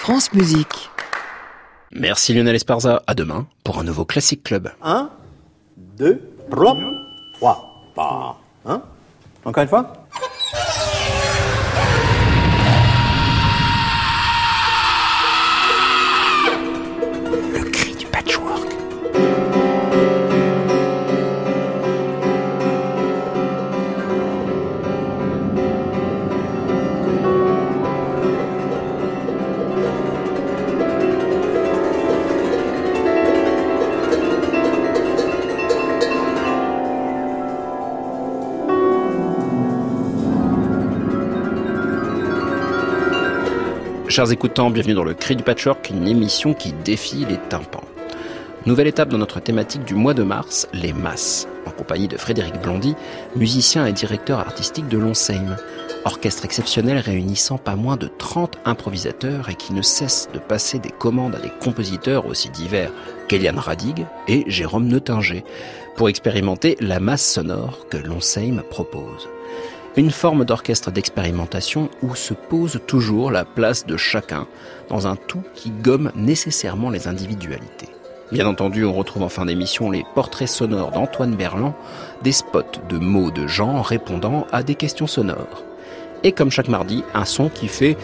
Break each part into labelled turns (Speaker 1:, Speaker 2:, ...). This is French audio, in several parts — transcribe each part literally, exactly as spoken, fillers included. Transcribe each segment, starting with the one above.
Speaker 1: France Musique.
Speaker 2: Merci Lionel Esparza, à demain pour un nouveau Classic Club.
Speaker 3: Un, deux, trois, trois, pas. Hein? Encore une fois?
Speaker 1: Le cri du patchwork.
Speaker 2: Chers écoutants, bienvenue dans le Cri du Patchwork, une émission qui défie les tympans. Nouvelle étape dans notre thématique du mois de mars, les masses, en compagnie de Frédéric Blondy, musicien et directeur artistique de Lonsheim, orchestre exceptionnel réunissant pas moins de trente improvisateurs et qui ne cesse de passer des commandes à des compositeurs aussi divers qu'Eliane Radig et Jérôme Neutinger, pour expérimenter la masse sonore que Lonsheim propose. Une forme d'orchestre d'expérimentation où se pose toujours la place de chacun, dans un tout qui gomme nécessairement les individualités. Bien entendu, on retrouve en fin d'émission les portraits sonores d'Antoine Berland, des spots de mots de Jean répondant à des questions sonores. Et comme chaque mardi, un son qui fait...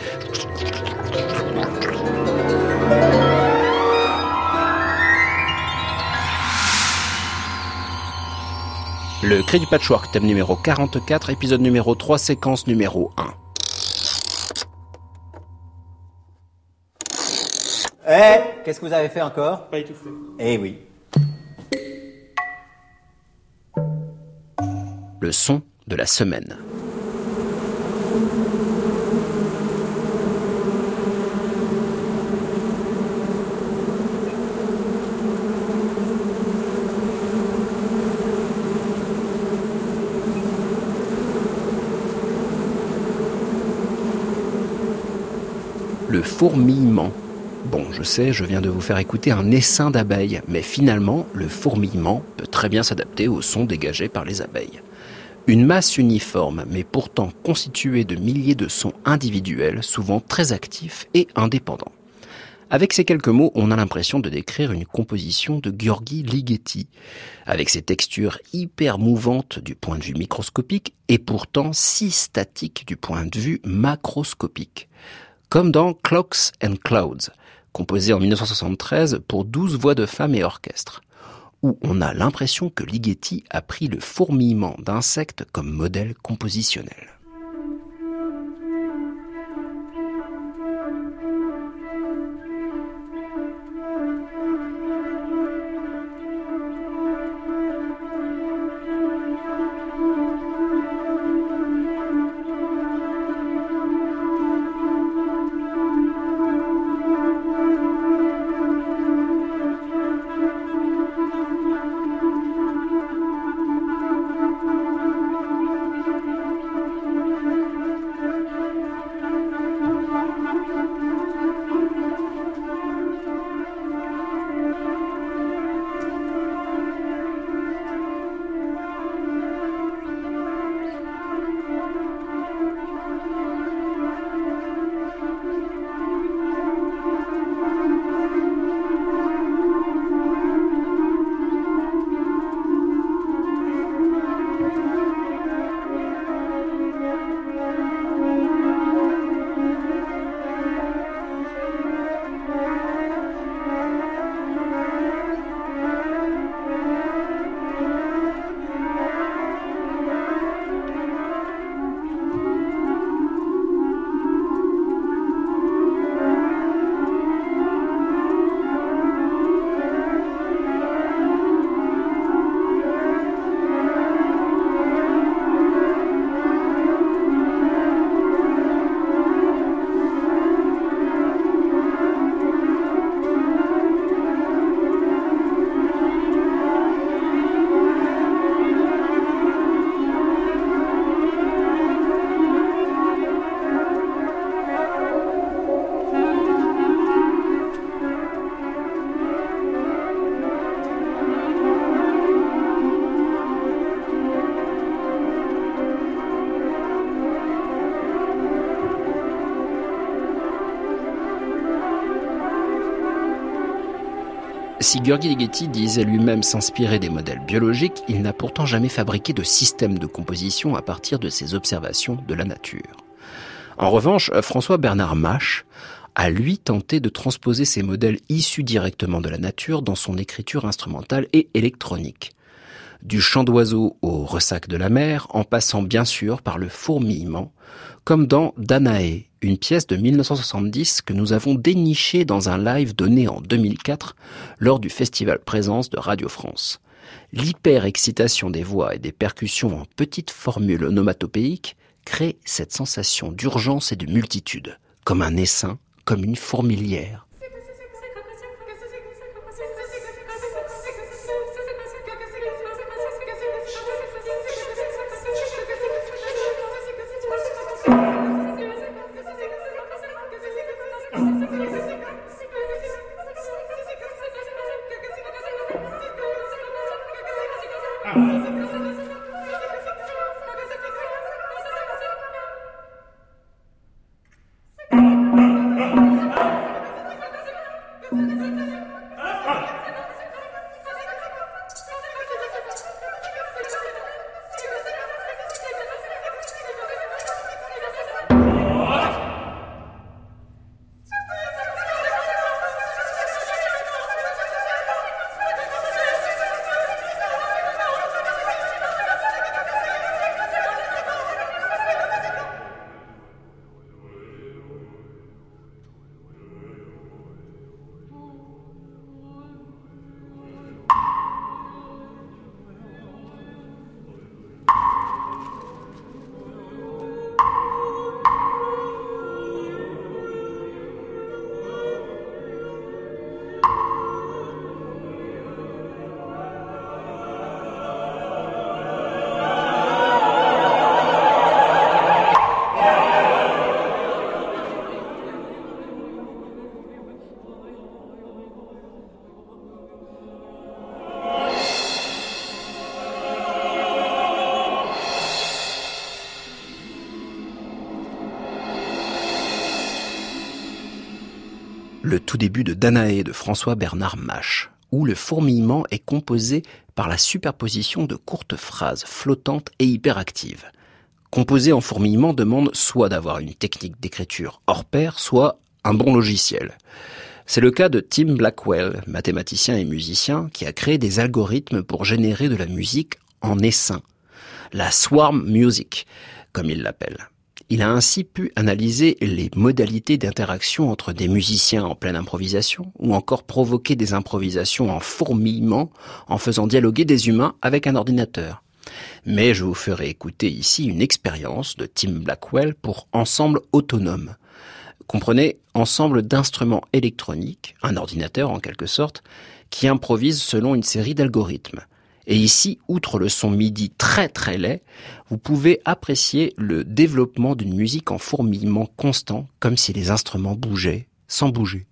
Speaker 2: Le Cri du Patchwork, thème numéro quarante-quatre, épisode numéro trois, séquence numéro un.
Speaker 3: Eh, qu'est-ce que vous avez fait encore?
Speaker 4: Pas étouffé.
Speaker 3: Eh oui.
Speaker 2: Le son de la semaine. Le fourmillement. Bon, je sais, je viens de vous faire écouter un essaim d'abeilles, mais finalement, le fourmillement peut très bien s'adapter au son dégagé par les abeilles. Une masse uniforme, mais pourtant constituée de milliers de sons individuels, souvent très actifs et indépendants. Avec ces quelques mots, on a l'impression de décrire une composition de György Ligeti, avec ses textures hyper mouvantes du point de vue microscopique et pourtant si statiques du point de vue macroscopique. Comme dans Clocks and Clouds, composé en dix-neuf cent soixante-treize pour douze voix de femmes et orchestre, où on a l'impression que Ligeti a pris le fourmillement d'insectes comme modèle compositionnel. Si György Ligeti disait lui-même s'inspirer des modèles biologiques, il n'a pourtant jamais fabriqué de système de composition à partir de ses observations de la nature. En revanche, François-Bernard Mach a lui tenté de transposer ces modèles issus directement de la nature dans son écriture instrumentale et électronique. Du chant d'oiseau au ressac de la mer, en passant bien sûr par le fourmillement, comme dans Danaé, une pièce de mille neuf cent soixante-dix que nous avons dénichée dans un live donné en deux mille quatre lors du festival Présence de Radio France. L'hyper-excitation des voix et des percussions en petites formules onomatopéiques crée cette sensation d'urgence et de multitude, comme un essaim, comme une fourmilière. Le tout début de Danaé de François-Bernard Mach, où le fourmillement est composé par la superposition de courtes phrases flottantes et hyperactives. Composer en fourmillement demande soit d'avoir une technique d'écriture hors pair, soit un bon logiciel. C'est le cas de Tim Blackwell, mathématicien et musicien, qui a créé des algorithmes pour générer de la musique en essaim. La swarm music, comme il l'appelle. Il a ainsi pu analyser les modalités d'interaction entre des musiciens en pleine improvisation ou encore provoquer des improvisations en fourmillement en faisant dialoguer des humains avec un ordinateur. Mais je vous ferai écouter ici une expérience de Tim Blackwell pour ensemble autonome. Comprenez, ensemble d'instruments électroniques, un ordinateur en quelque sorte, qui improvise selon une série d'algorithmes. Et ici, outre le son MIDI très très laid, vous pouvez apprécier le développement d'une musique en fourmillement constant, comme si les instruments bougeaient sans bouger.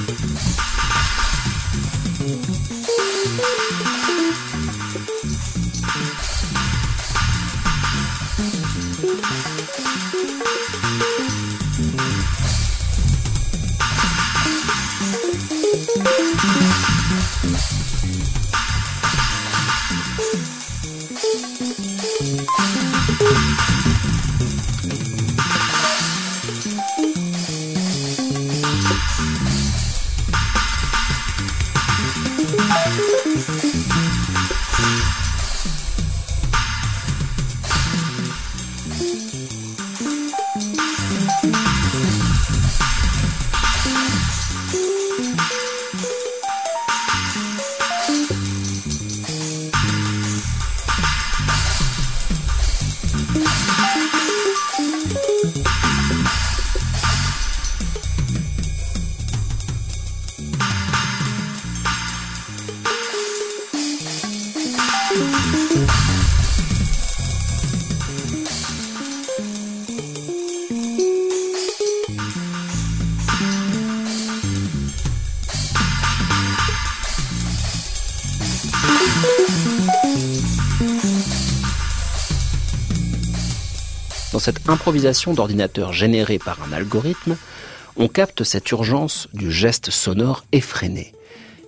Speaker 2: Dans cette improvisation d'ordinateur générée par un algorithme, on capte cette urgence du geste sonore effréné,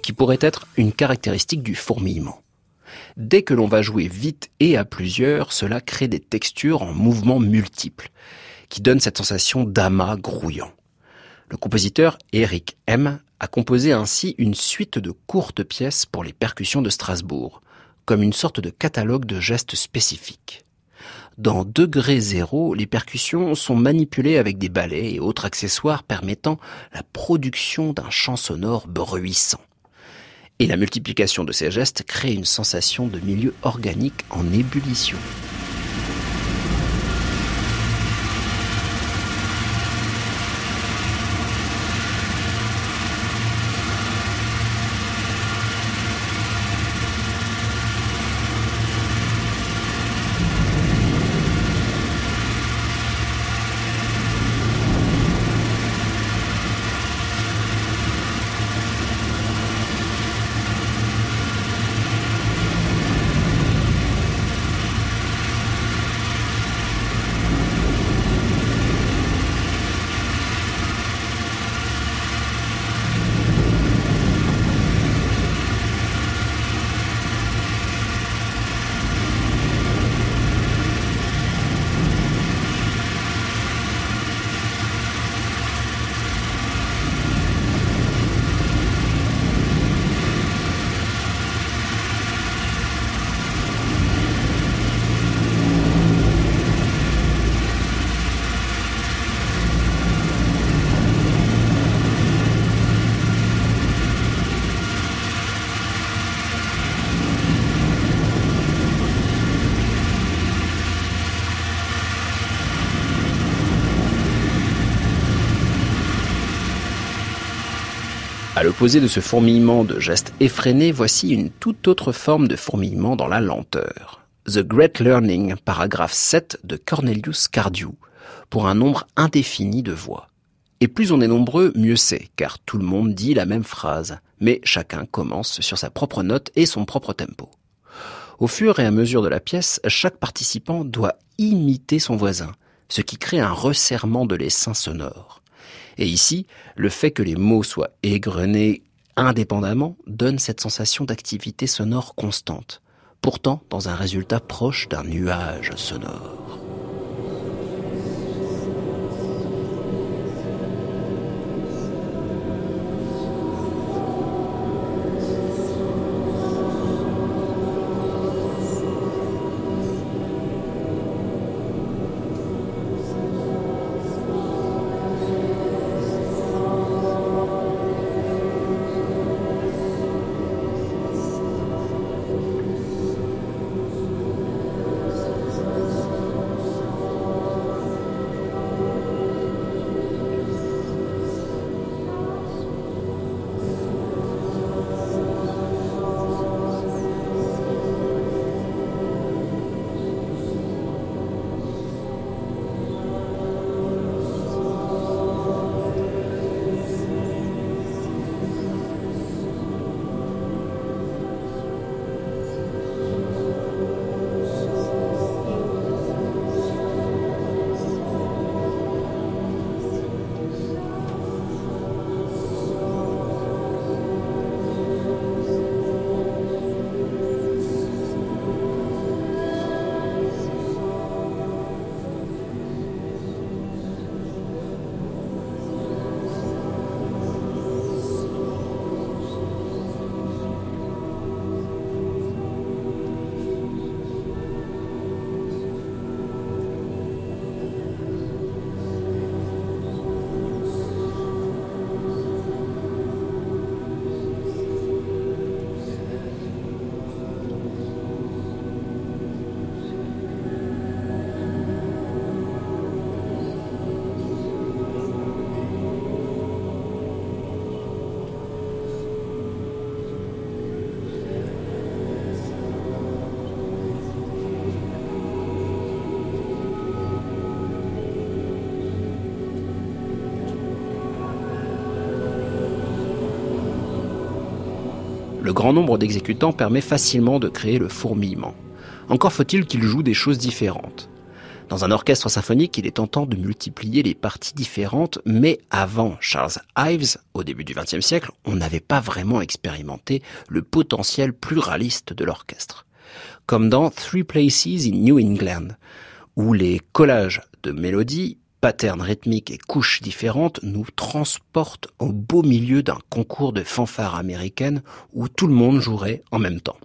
Speaker 2: qui pourrait être une caractéristique du fourmillement. Dès que l'on va jouer vite et à plusieurs, cela crée des textures en mouvements multiples, qui donnent cette sensation d'amas grouillant. Le compositeur Eric M. a composé ainsi une suite de courtes pièces pour les percussions de Strasbourg, comme une sorte de catalogue de gestes spécifiques. Dans Degré Zéro, les percussions sont manipulées avec des balais et autres accessoires permettant la production d'un chant sonore bruissant. Et la multiplication de ces gestes crée une sensation de milieu organique en ébullition. À l'opposé de ce fourmillement de gestes effrénés, voici une toute autre forme de fourmillement dans la lenteur. The Great Learning, paragraphe sept de Cornelius Cardew, pour un nombre indéfini de voix. Et plus on est nombreux, mieux c'est, car tout le monde dit la même phrase, mais chacun commence sur sa propre note et son propre tempo. Au fur et à mesure de la pièce, chaque participant doit imiter son voisin, ce qui crée un resserrement de l'essaim sonore. Et ici, le fait que les mots soient égrenés indépendamment donne cette sensation d'activité sonore constante, pourtant dans un résultat proche d'un nuage sonore. Le grand nombre d'exécutants permet facilement de créer le fourmillement. Encore faut-il qu'ils jouent des choses différentes. Dans un orchestre symphonique, il est tentant de multiplier les parties différentes, mais avant Charles Ives, au début du vingtième siècle, on n'avait pas vraiment expérimenté le potentiel pluraliste de l'orchestre. Comme dans Three Places in New England, où les collages de mélodies, patterns rythmiques et couches différentes nous transportent au beau milieu d'un concours de fanfares américaines où tout le monde jouerait en même temps.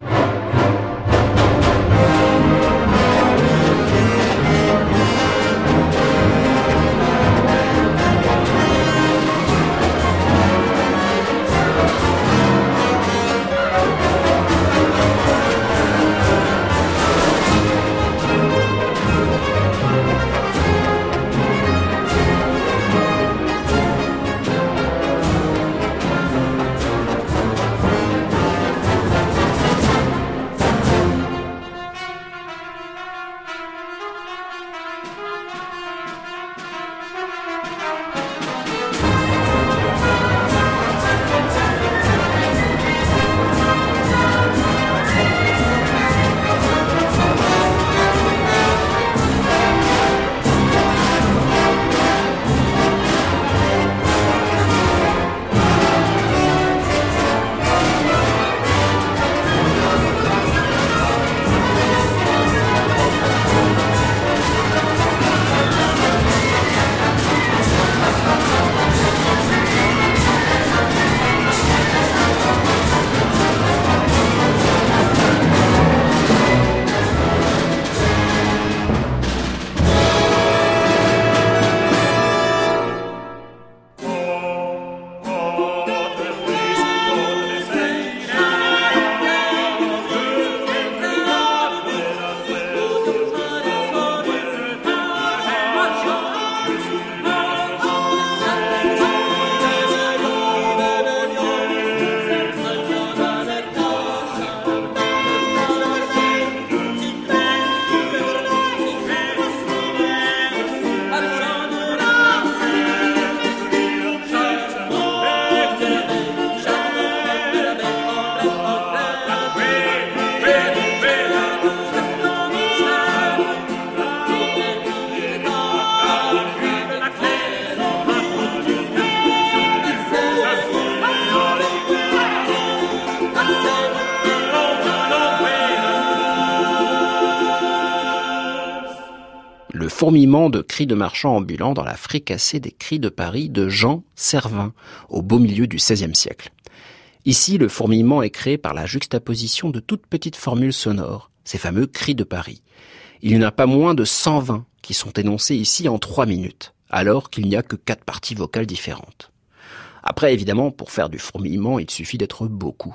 Speaker 2: Le fourmillement de cris de marchands ambulants dans la fricassée des cris de Paris de Jean Servin, au beau milieu du seizième siècle. Ici, le fourmillement est créé par la juxtaposition de toutes petites formules sonores, ces fameux cris de Paris. Il n'y en a pas moins de cent vingt qui sont énoncés ici en trois minutes, alors qu'il n'y a que quatre parties vocales différentes. Après, évidemment, pour faire du fourmillement, il suffit d'être beaucoup.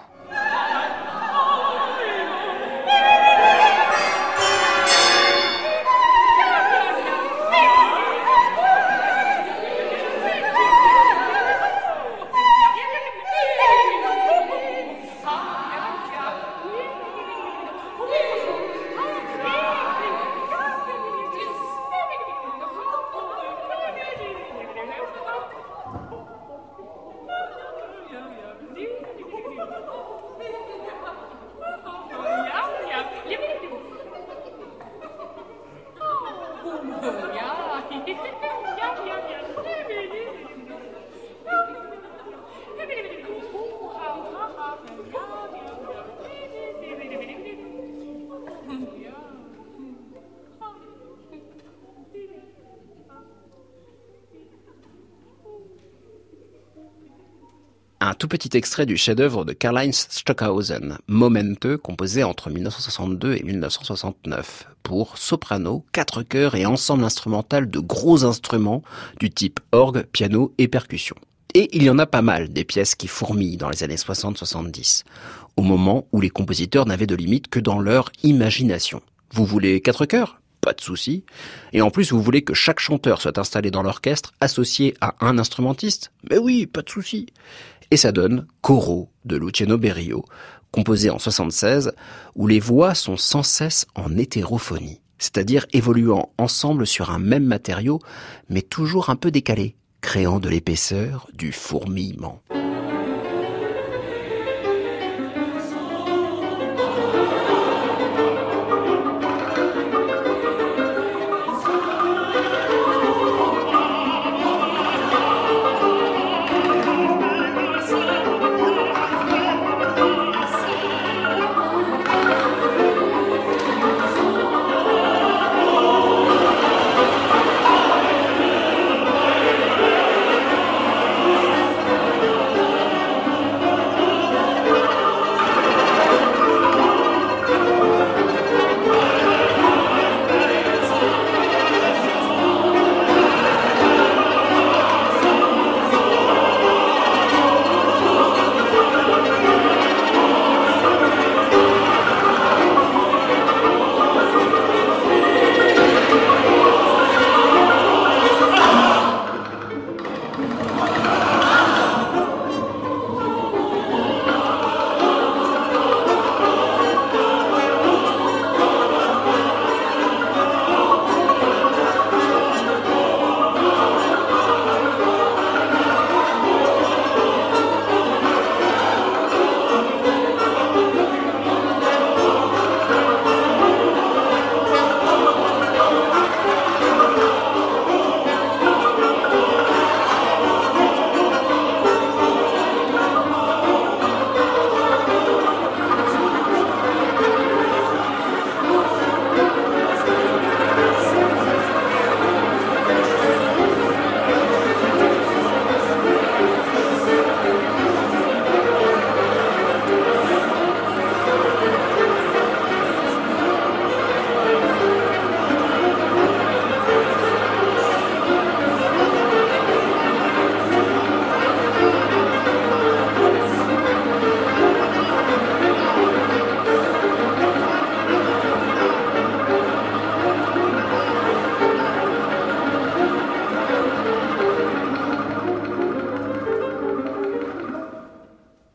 Speaker 2: Un tout petit extrait du chef-d'œuvre de Karlheinz Stockhausen, Momente, composé entre mille neuf cent soixante-deux et mille neuf cent soixante-neuf, pour soprano, quatre chœurs et ensemble instrumental de gros instruments du type orgue, piano et percussion. Et il y en a pas mal, des pièces qui fourmillent dans les années soixante soixante-dix, au moment où les compositeurs n'avaient de limite que dans leur imagination. Vous voulez quatre chœurs ? Pas de souci. Et en plus, vous voulez que chaque chanteur soit installé dans l'orchestre, associé à un instrumentiste ? Mais oui, pas de souci. Et ça donne Coro de Luciano Berio, composé en soixante-seize, où les voix sont sans cesse en hétérophonie, c'est-à-dire évoluant ensemble sur un même matériau, mais toujours un peu décalé, créant de l'épaisseur, du fourmillement.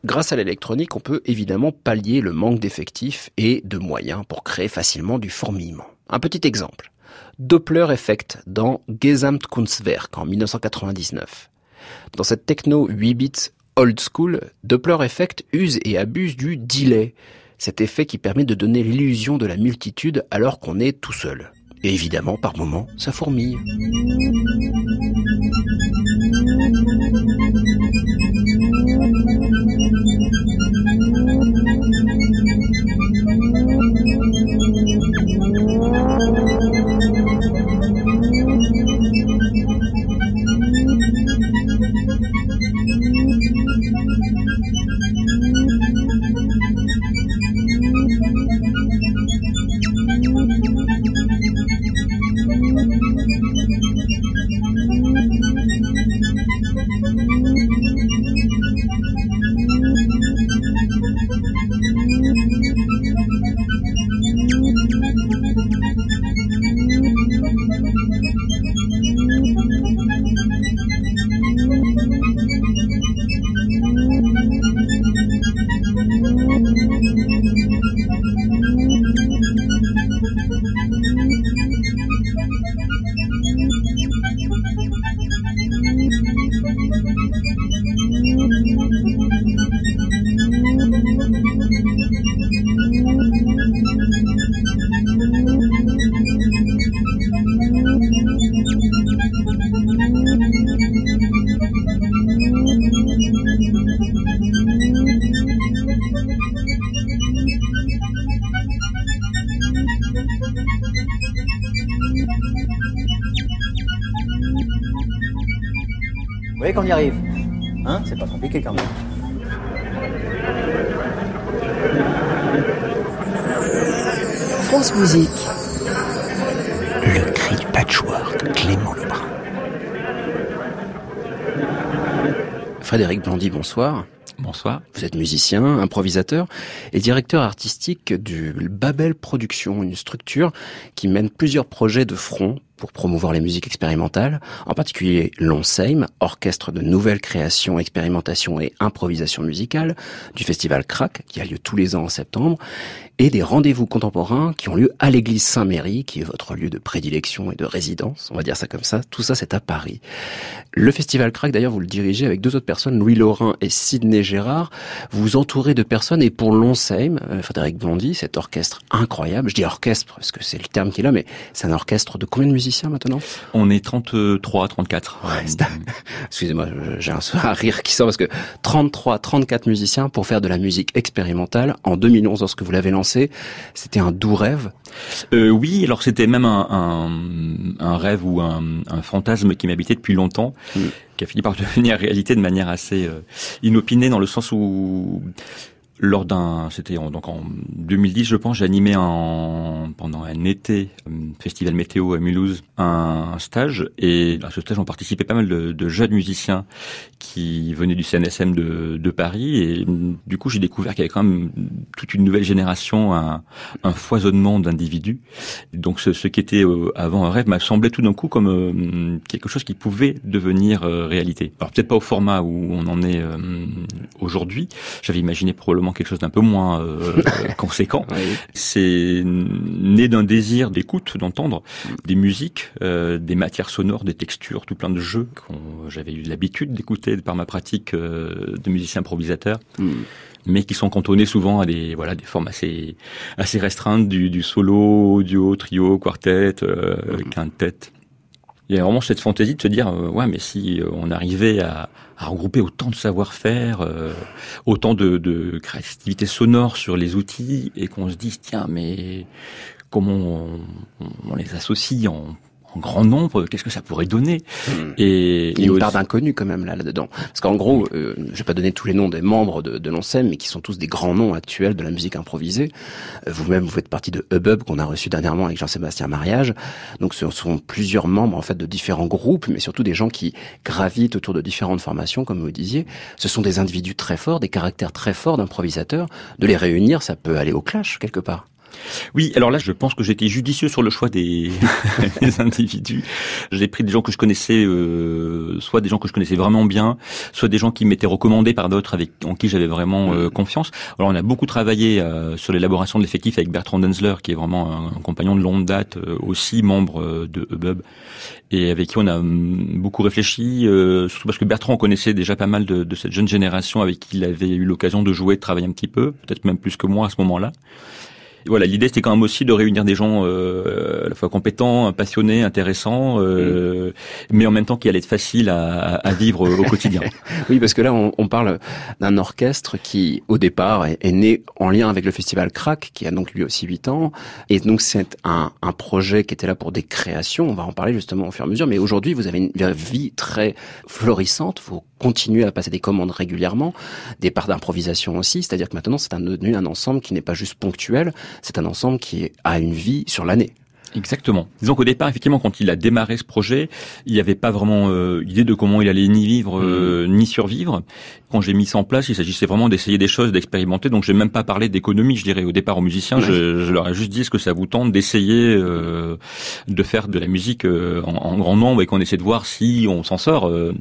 Speaker 2: grâce à l'électronique, on peut évidemment pallier le manque d'effectifs et de moyens pour créer facilement du fourmillement. Un petit exemple. Doppler Effect dans Gesamtkunstwerk en dix-neuf cent quatre-vingt-dix-neuf. Dans cette techno huit bits old school, Doppler Effect use et abuse du delay, cet effet qui permet de donner l'illusion de la multitude alors qu'on est tout seul. Et évidemment, par moments, ça fourmille.
Speaker 3: Vous voyez qu'on y arrive, hein? C'est pas compliqué quand même.
Speaker 1: France Musique. Le cri du patchwork, Clément Lebrun.
Speaker 2: Frédéric Blondy, bonsoir.
Speaker 4: Bonsoir.
Speaker 2: Vous êtes musicien, improvisateur et directeur artistique du Babel Productions, une structure qui mène plusieurs projets de front pour promouvoir les musiques expérimentales, en particulier l'Onsheim, orchestre de nouvelles créations, expérimentations et improvisation musicale, du festival Crac, qui a lieu tous les ans en septembre, et des rendez-vous contemporains qui ont lieu à l'église Saint-Méry, qui est votre lieu de prédilection et de résidence, on va dire ça comme ça. Tout ça, c'est à Paris. Le festival Crac, d'ailleurs, vous le dirigez avec deux autres personnes, Louis Laurin et Sidney Gérard. Vous vous entourez de personnes, et pour l'Onsheim, Frédéric Blondy, cet orchestre incroyable, je dis orchestre parce que c'est le terme qu'il a, mais c'est un orchestre de combien de musiciens maintenant?
Speaker 4: On est trente-trois, trente-quatre.
Speaker 2: Ouais, c'est un... Excusez-moi, j'ai un, un rire qui sort parce que trente-trois, trente-quatre musiciens pour faire de la musique expérimentale. En deux mille onze, lorsque vous l'avez lancé, c'était un doux rêve.
Speaker 4: Euh, oui, alors c'était même un, un, un rêve ou un, un fantasme qui m'habitait depuis longtemps, mmh. qui a fini par devenir réalité de manière assez euh, inopinée, dans le sens où lors d'un, c'était en, donc en deux mille dix, je pense, j'ai animé en, pendant un été, un festival météo à Mulhouse, un, un stage, et à ce stage ont participé pas mal de, de jeunes musiciens qui venaient du C N S M de, de Paris, et du coup j'ai découvert qu'il y avait quand même toute une nouvelle génération, un, un foisonnement d'individus. Donc ce, ce qui était euh, avant un rêve m'a semblé tout d'un coup comme euh, quelque chose qui pouvait devenir euh, réalité. Alors peut-être pas au format où on en est euh, aujourd'hui, j'avais imaginé probablement quelque chose d'un peu moins euh, conséquent. Oui. C'est né d'un désir d'écoute, d'entendre des musiques, euh, des matières sonores, des textures, tout plein de jeux que j'avais eu l'habitude d'écouter par ma pratique euh, de musicien improvisateur. Mm. Mais qui sont cantonnés souvent à des voilà des formes assez assez restreintes, du, du solo, duo, trio, quartet, euh, mm. quintet. Il y a vraiment cette fantaisie de se dire euh, ouais mais si euh, on arrivait à, à regrouper autant de savoir-faire, euh, autant de, de créativité sonore sur les outils, et qu'on se dise tiens mais comment on, on les associe en en grand nombre, qu'est-ce que ça pourrait donner?
Speaker 2: mmh. Et il y a une part d'inconnu quand même là, là-dedans. Parce qu'en gros, euh, je vais pas donner tous les noms des membres de, de l'Onsheim, mais qui sont tous des grands noms actuels de la musique improvisée. Euh, vous-même, vous faites partie de Hubub, qu'on a reçu dernièrement avec Jean-Sébastien Mariage. Donc ce sont plusieurs membres en fait de différents groupes, mais surtout des gens qui gravitent autour de différentes formations, comme vous disiez. Ce sont des individus très forts, des caractères très forts d'improvisateurs. De les réunir, ça peut aller au clash quelque part.
Speaker 4: Oui, alors là, je pense que j'étais judicieux sur le choix des, des individus. J'ai pris des gens que je connaissais, euh, soit des gens que je connaissais vraiment bien, soit des gens qui m'étaient recommandés par d'autres avec en qui j'avais vraiment euh, confiance. Alors, on a beaucoup travaillé euh, sur l'élaboration de l'effectif avec Bertrand Denzler, qui est vraiment un, un compagnon de longue date, euh, aussi membre euh, de Hubub, et avec qui on a um, beaucoup réfléchi, euh, surtout parce que Bertrand connaissait déjà pas mal de, de cette jeune génération avec qui il avait eu l'occasion de jouer, de travailler un petit peu, peut-être même plus que moi à ce moment-là. Voilà, l'idée c'était quand même aussi de réunir des gens euh, à la fois compétents, passionnés, intéressants, euh, mmh. mais en même temps qui allaient être faciles à, à vivre au quotidien.
Speaker 2: Oui, parce que là on, on parle d'un orchestre qui, au départ, est, est né en lien avec le festival Crac, qui a donc lui aussi huit ans, et donc c'est un, un projet qui était là pour des créations. On va en parler justement au fur et à mesure. Mais aujourd'hui, vous avez une vie très florissante. Vous continuez à passer des commandes régulièrement, des parts d'improvisation aussi. C'est-à-dire que maintenant, c'est un, devenu un ensemble qui n'est pas juste ponctuel. C'est un ensemble qui a une vie sur l'année.
Speaker 4: Exactement. Disons qu'au départ, effectivement, quand il a démarré ce projet, il n'y avait pas vraiment euh, idée de comment il allait ni vivre euh, mmh. ni survivre. Quand j'ai mis ça en place, il s'agissait vraiment d'essayer des choses, d'expérimenter. Donc, j'ai même pas parlé d'économie, je dirais, au départ aux musiciens. Ouais. Je, je leur ai juste dit, est-ce que ça vous tente d'essayer euh, de faire de la musique euh, en, en grand nombre et qu'on essaie de voir si on s'en sort euh.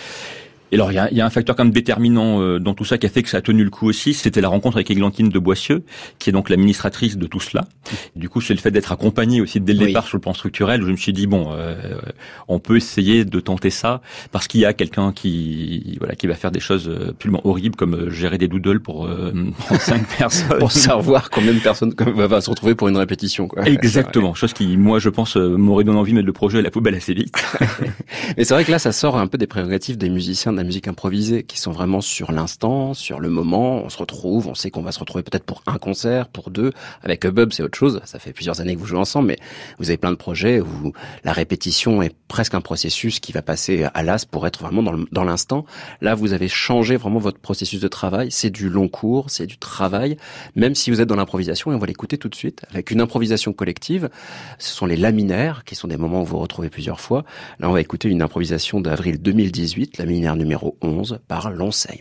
Speaker 4: Et alors, il y a, il y a un facteur quand même déterminant euh, dans tout ça qui a fait que ça a tenu le coup aussi, c'était la rencontre avec Églantine de Boissieu, qui est donc l'administratrice de tout cela. Et du coup, c'est le fait d'être accompagné aussi dès le oui. départ sur le plan structurel, où je me suis dit, bon, euh, on peut essayer de tenter ça, parce qu'il y a quelqu'un qui voilà qui va faire des choses absolument horribles, comme gérer des doodles pour euh, cinq personnes.
Speaker 2: Pour savoir combien de personnes va se retrouver pour une répétition, quoi.
Speaker 4: Exactement, chose qui, moi, je pense, m'aurait donné envie de mettre le projet à la poubelle assez vite.
Speaker 2: Mais c'est vrai que là, ça sort un peu des prérogatives des musiciens de la musique improvisée, qui sont vraiment sur l'instant, sur le moment. On se retrouve, on sait qu'on va se retrouver peut-être pour un concert, pour deux. Avec Hubub, c'est autre chose. Ça fait plusieurs années que vous jouez ensemble, mais vous avez plein de projets où la répétition est presque un processus qui va passer à l'as pour être vraiment dans, le, dans l'instant. Là, vous avez changé vraiment votre processus de travail. C'est du long cours, c'est du travail, même si vous êtes dans l'improvisation, et on va l'écouter tout de suite avec une improvisation collective. Ce sont les laminaires, qui sont des moments où vous vous retrouvez plusieurs fois. Là, on va écouter une improvisation d'avril deux mille dix-huit, laminaire numéro onze par Lonsheim.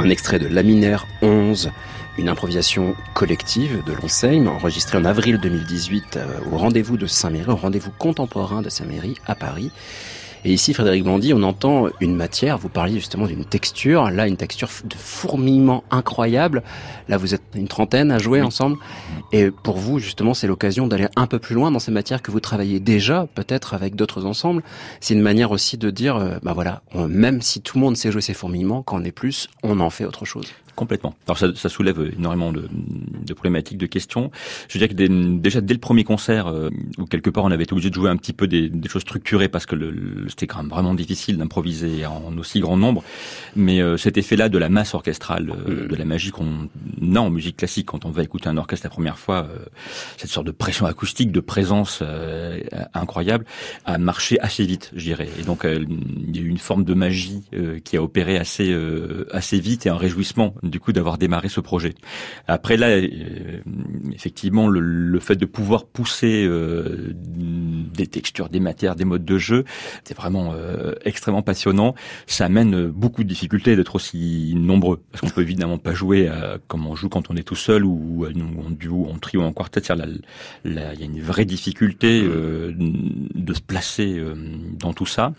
Speaker 2: Un extrait de Laminaire onze, une improvisation collective de l'Onsheim, enregistrée en avril deux mille dix-huit au rendez-vous de Saint-Méry, au rendez-vous contemporain de Saint-Méry à Paris. Et ici, Frédéric Blondy, on entend une matière, vous parliez justement d'une texture, là une texture de fourmillement incroyable. Là vous êtes une trentaine à jouer oui. ensemble. Et pour vous, justement, c'est l'occasion d'aller un peu plus loin dans ces matières que vous travaillez déjà, peut-être avec d'autres ensembles. C'est une manière aussi de dire, euh, bah voilà, on, même si tout le monde sait jouer ces fourmillements, quand on est plus, on en fait autre chose.
Speaker 4: Complètement. Alors ça, ça soulève énormément de, de problématiques, de questions. Je veux dire que dès, déjà dès le premier concert, euh, où quelque part on avait été obligé de jouer un petit peu des, des choses structurées parce que le, le, c'était quand même vraiment difficile d'improviser en aussi grand nombre. Mais euh, cet effet-là de la masse orchestrale, euh, de la magie qu'on a en musique classique quand on va écouter un orchestre la première fois, euh, cette sorte de pression acoustique, de présence euh, incroyable, a marché assez vite, je dirais. Et donc euh, il y a eu une forme de magie euh, qui a opéré assez euh, assez vite et un réjouissement du coup d'avoir démarré ce projet. Après là, euh, effectivement, le, le fait de pouvoir pousser euh, des textures, des matières, des modes de jeu, c'est vraiment euh, extrêmement passionnant. Ça amène beaucoup de difficultés d'être aussi nombreux, parce qu'on peut évidemment pas jouer euh, comme on joue quand on est tout seul ou, ou en duo, en trio, en quartet. Il y a une vraie difficulté euh, de se placer euh, dans tout ça.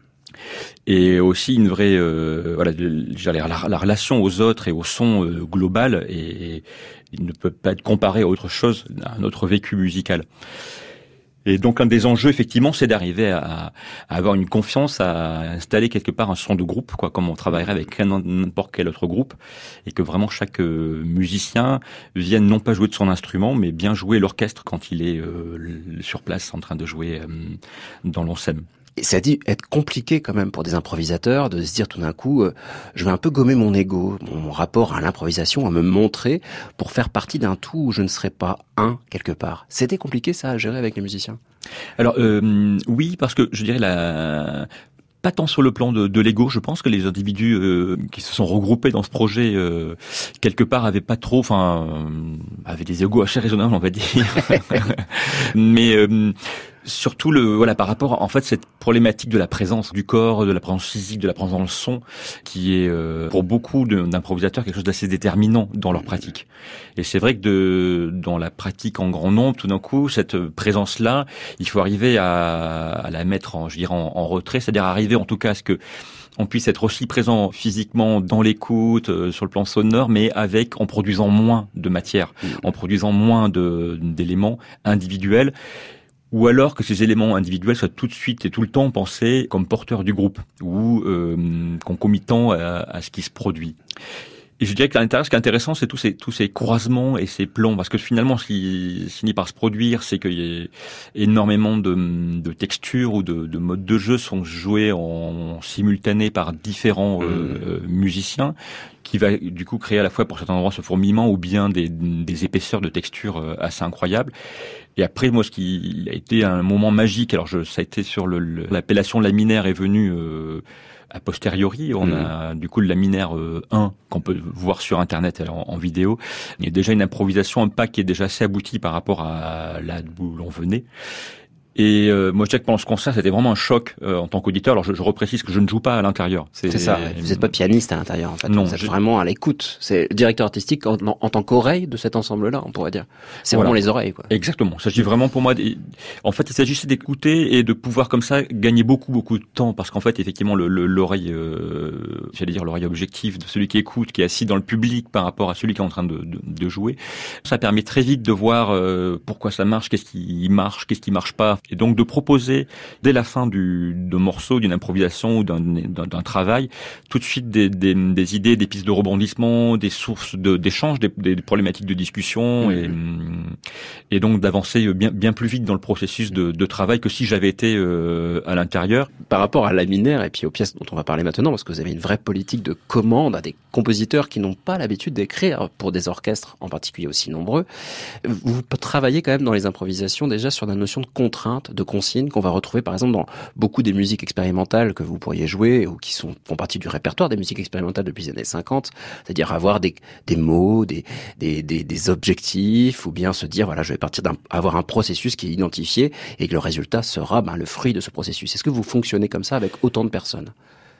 Speaker 4: Et aussi une vraie euh, voilà la, la relation aux autres et au son euh, global et, et il ne peut pas être comparé à autre chose, à un autre vécu musical. Et donc un des enjeux effectivement c'est d'arriver à, à avoir une confiance, à installer quelque part un son de groupe, quoi, comme on travaillerait avec n'importe quel autre groupe, et que vraiment chaque euh, musicien vienne non pas jouer de son instrument, mais bien jouer l'orchestre quand il est euh, sur place en train de jouer euh, dans l'Onsheim.
Speaker 2: Et ça a dû être compliqué quand même pour des improvisateurs de se dire tout d'un coup, euh, je vais un peu gommer mon ego, mon rapport à l'improvisation, à me montrer pour faire partie d'un tout où je ne serais pas un quelque part. C'était compliqué ça à gérer avec les musiciens?
Speaker 4: Alors euh, oui, parce que je dirais la... Pas tant sur le plan de, de l'ego, je pense que les individus euh, qui se sont regroupés dans ce projet euh, quelque part avaient pas trop, enfin, euh, avaient des égos assez raisonnables, on va dire. Mais euh, surtout le voilà par rapport en fait cette problématique de la présence du corps, de la présence physique, de la présence dans le son, qui est euh, pour beaucoup de, d'improvisateurs quelque chose d'assez déterminant dans leur pratique. Et c'est vrai que de, dans la pratique en grand nombre, tout d'un coup, cette présence-là, il faut arriver à, à la mettre en, je dirais, en, en retrait, c'est-à-dire arriver en tout cas à ce que on puisse être aussi présent physiquement dans l'écoute, euh, sur le plan sonore, mais avec en produisant moins de matière, en produisant moins de, d'éléments individuels. Ou alors que ces éléments individuels soient tout de suite et tout le temps pensés comme porteurs du groupe ou euh, concomitants à, à ce qui se produit. Et je dirais qu'à l'intérieur, ce qui est intéressant, c'est tous ces, tous ces croisements et ces plans, parce que finalement, ce qui finit par se produire, c'est qu'il y a énormément de, de textures ou de, de modes de jeu sont joués en simultané par différents euh, mmh. musiciens, qui va du coup créer à la fois pour certains endroits ce fourmillement ou bien des, des épaisseurs de textures assez incroyables. Et après, moi, ce qui a été un moment magique, alors je, ça a été sur le, le l'appellation laminaire est venue euh, a posteriori. On mmh. a du coup le laminaire euh, un qu'on peut voir sur Internet en, en vidéo. Il y a déjà une improvisation, un pas qui est déjà assez abouti par rapport à là d'où l'on venait. Et euh, moi, je dirais que pendant ce concert, c'était vraiment un choc euh, en tant qu'auditeur. Alors, je, je reprécise que je ne joue pas à l'intérieur.
Speaker 2: C'est, c'est ça. Vous n'êtes pas pianiste à l'intérieur, en fait.
Speaker 4: Non,
Speaker 2: vous êtes
Speaker 4: je...
Speaker 2: vraiment à l'écoute. C'est le directeur artistique en, en, en tant qu'oreille de cet ensemble-là, on pourrait dire. C'est voilà. Vraiment les oreilles, quoi.
Speaker 4: Exactement. Ça, je dis vraiment pour moi. Des... En fait, il s'agissait d'écouter et de pouvoir comme ça gagner beaucoup, beaucoup de temps, parce qu'en fait, effectivement, le, le, l'oreille, euh, j'allais dire l'oreille objective de celui qui écoute, qui est assis dans le public par rapport à celui qui est en train de, de, de jouer, ça permet très vite de voir euh, pourquoi ça marche, qu'est-ce qui marche, qu'est-ce qui marche pas, et donc de proposer dès la fin du de morceau, d'une improvisation ou d'un, d'un, d'un travail, tout de suite des, des, des idées, des pistes de rebondissement, des sources de, d'échange, des, des problématiques de discussion, mmh. et, et donc d'avancer bien, bien plus vite dans le processus de, de travail que si j'avais été euh, à l'intérieur.
Speaker 2: Par rapport à Laminaire et puis aux pièces dont on va parler maintenant, parce que vous avez une vraie politique de commande à des compositeurs qui n'ont pas l'habitude d'écrire pour des orchestres, en particulier aussi nombreux, vous travaillez quand même dans les improvisations déjà sur la notion de contrainte, de consigne, qu'on va retrouver par exemple dans beaucoup des musiques expérimentales que vous pourriez jouer ou qui sont, font partie du répertoire des musiques expérimentales depuis les années cinquante, c'est-à-dire avoir des, des mots, des, des, des, des objectifs, ou bien se dire voilà, je vais partir d'un, avoir un processus qui est identifié et que le résultat sera ben, le fruit de ce processus. Est-ce que vous fonctionnez comme ça avec autant de personnes ?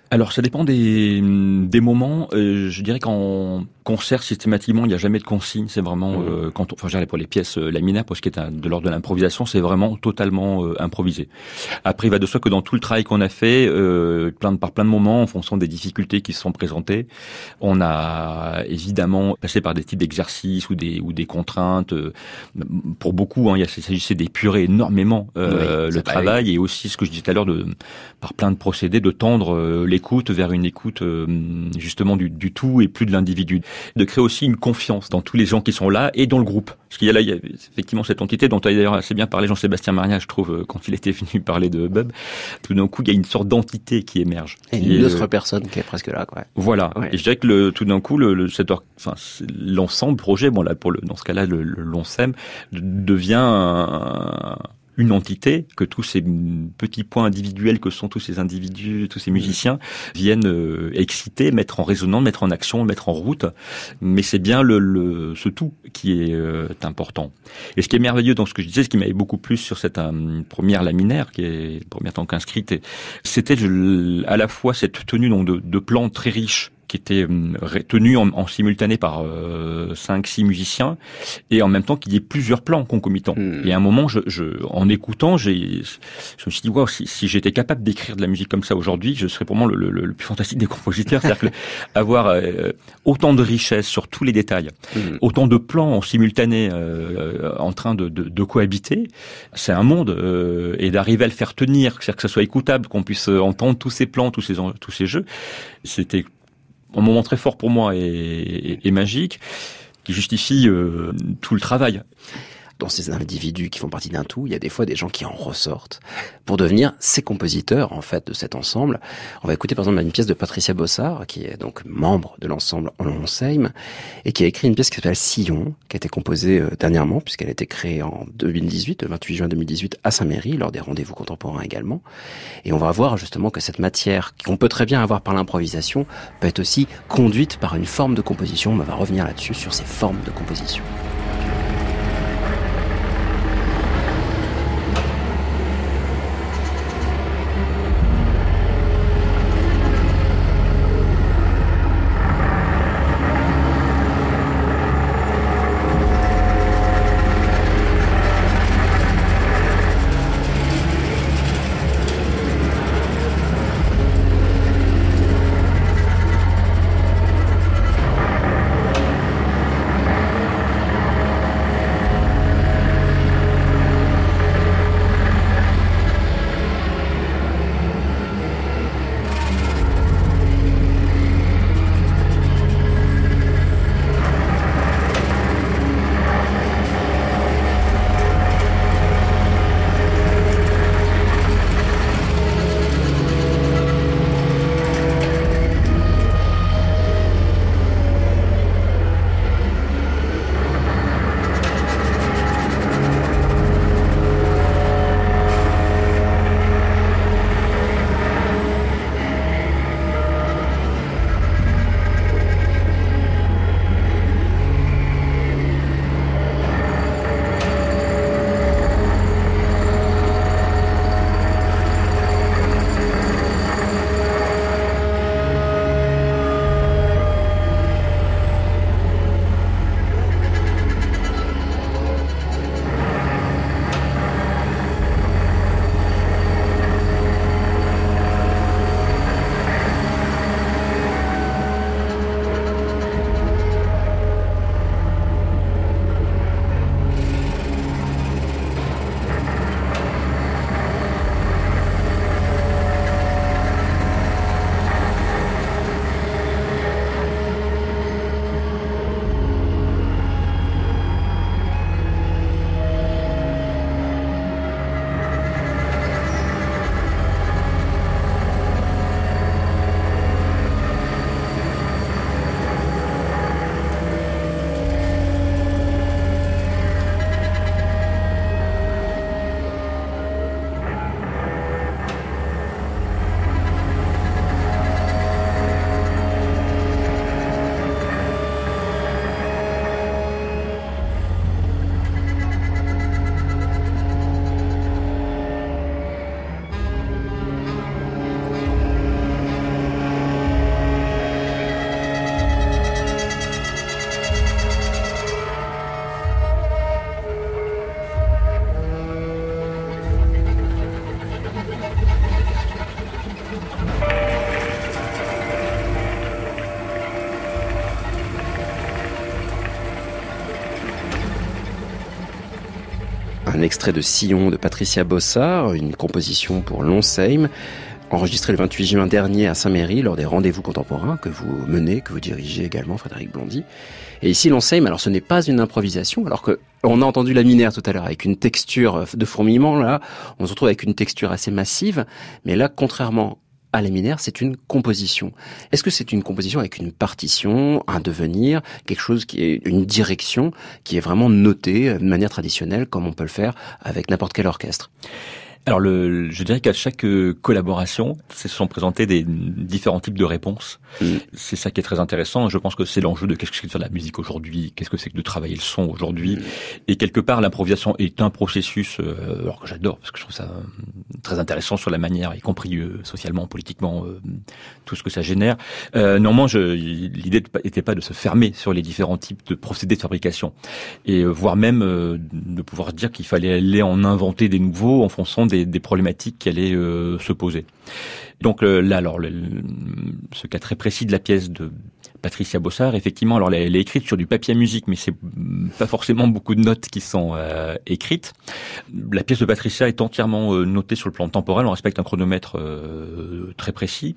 Speaker 4: Alors ça dépend des, des moments. Euh, je dirais qu'en concert systématiquement il n'y a jamais de consigne. C'est vraiment mmh. euh, quand on, enfin je dirais pour les pièces euh, laminaires, pour ce qui est un, de l'ordre de l'improvisation, c'est vraiment totalement euh, improvisé. Après il va de soi que dans tout le travail qu'on a fait, euh, plein de, par plein de moments, en fonction des difficultés qui se sont présentées, on a évidemment passé par des types d'exercices ou des ou des contraintes. Euh, pour beaucoup, hein, il s'agissait d'épurer énormément euh, oui, le travail et aussi ce que je disais tout à l'heure de par plein de procédés de tendre euh, l'écoute vers une écoute euh, justement du, du tout et plus de l'individu, de créer aussi une confiance dans tous les gens qui sont là et dans le groupe. Parce qu'il y a là, il y a effectivement cette entité dont a d'ailleurs assez bien parlé Jean-Sébastien Maria, je trouve, quand il était venu parler de Bub. Tout d'un coup, il y a une sorte d'entité qui émerge.
Speaker 2: Et une et autre euh, personne qui est presque là, quoi.
Speaker 4: Voilà. Ouais. Et je dirais que le, tout d'un coup, le, le cet or, enfin, l'ensemble projet, bon là pour le, dans ce cas-là, le, le l'Onsem devient un, une entité, que tous ces petits points individuels que sont tous ces individus, tous ces musiciens, viennent euh, exciter, mettre en résonance, mettre en action, mettre en route. Mais c'est bien le, le ce tout qui est euh, important. Et ce qui est merveilleux dans ce que je disais, ce qui m'avait beaucoup plu sur cette euh, première laminaire, qui est la première tant qu'inscrite, c'était je, à la fois cette tenue donc, de, de plans très riches, qui était tenu en, en simultané par euh, cinq, six musiciens, et en même temps qu'il y ait plusieurs plans concomitants. Mmh. Et à un moment, je, je, en écoutant, j'ai, je me suis dit, wow, si, si j'étais capable d'écrire de la musique comme ça aujourd'hui, je serais pour moi le, le, le plus fantastique des compositeurs. C'est-à-dire que avoir euh, autant de richesse sur tous les détails, mmh. autant de plans en simultané euh, en train de, de, de cohabiter, c'est un monde. Euh, et d'arriver à le faire tenir, c'est-à-dire que ça soit écoutable, qu'on puisse entendre tous ces plans, tous ces, tous ces jeux, c'était un moment très fort pour moi et, et, et magique, qui justifie euh, tout le travail.
Speaker 2: Dans ces individus qui font partie d'un tout, il y a des fois des gens qui en ressortent pour devenir ces compositeurs, en fait, de cet ensemble. On va écouter, par exemple, une pièce de Patricia Bossard, qui est donc membre de l'ensemble Onsem, et qui a écrit une pièce qui s'appelle Sillon, qui a été composée euh, dernièrement, puisqu'elle a été créée en deux mille dix-huit, le vingt-huit juin deux mille dix-huit, à Saint-Méry, lors des rendez-vous contemporains également. Et on va voir, justement, que cette matière, qu'on peut très bien avoir par l'improvisation, peut être aussi conduite par une forme de composition. On va revenir là-dessus, sur ces formes de composition. un extrait de Sillon de Patricia Bossard, une composition pour Lonsheim, enregistré le vingt-huit juin dernier à Saint-Méry lors des rendez-vous contemporains que vous menez, que vous dirigez également, Frédéric Blondy. Et ici, Lonsheim, alors ce n'est pas une improvisation, alors que on a entendu Laminaire tout à l'heure avec une texture de fourmillement, là, on se retrouve avec une texture assez massive, mais là, contrairement à Laminaire, c'est une composition. Est-ce que c'est une composition avec une partition, un devenir, quelque chose qui est une direction qui est vraiment notée de manière traditionnelle, comme on peut le faire avec n'importe quel orchestre?
Speaker 4: Alors, le, je dirais qu'à chaque collaboration, se sont présentés des différents types de réponses. Mmh. C'est ça qui est très intéressant. Je pense que c'est l'enjeu de qu'est-ce que c'est de faire de la musique aujourd'hui, qu'est-ce que c'est que de travailler le son aujourd'hui. Mmh. Et quelque part, l'improvisation est un processus, euh, alors que j'adore, parce que je trouve ça euh, très intéressant sur la manière, y compris euh, socialement, politiquement, euh, tout ce que ça génère. Euh, néanmoins, je, l'idée n'était pas de se fermer sur les différents types de procédés de fabrication. Et euh, voire même euh, de pouvoir dire qu'il fallait aller en inventer des nouveaux en fonction des Des, des problématiques qui allaient euh, se poser. Donc euh, là, alors le, ce cas très précis de la pièce de Patricia Bossard, effectivement, alors elle est écrite sur du papier à musique, mais c'est pas forcément beaucoup de notes qui sont euh, écrites. La pièce de Patricia est entièrement euh, notée sur le plan temporel. On respecte un chronomètre euh, très précis.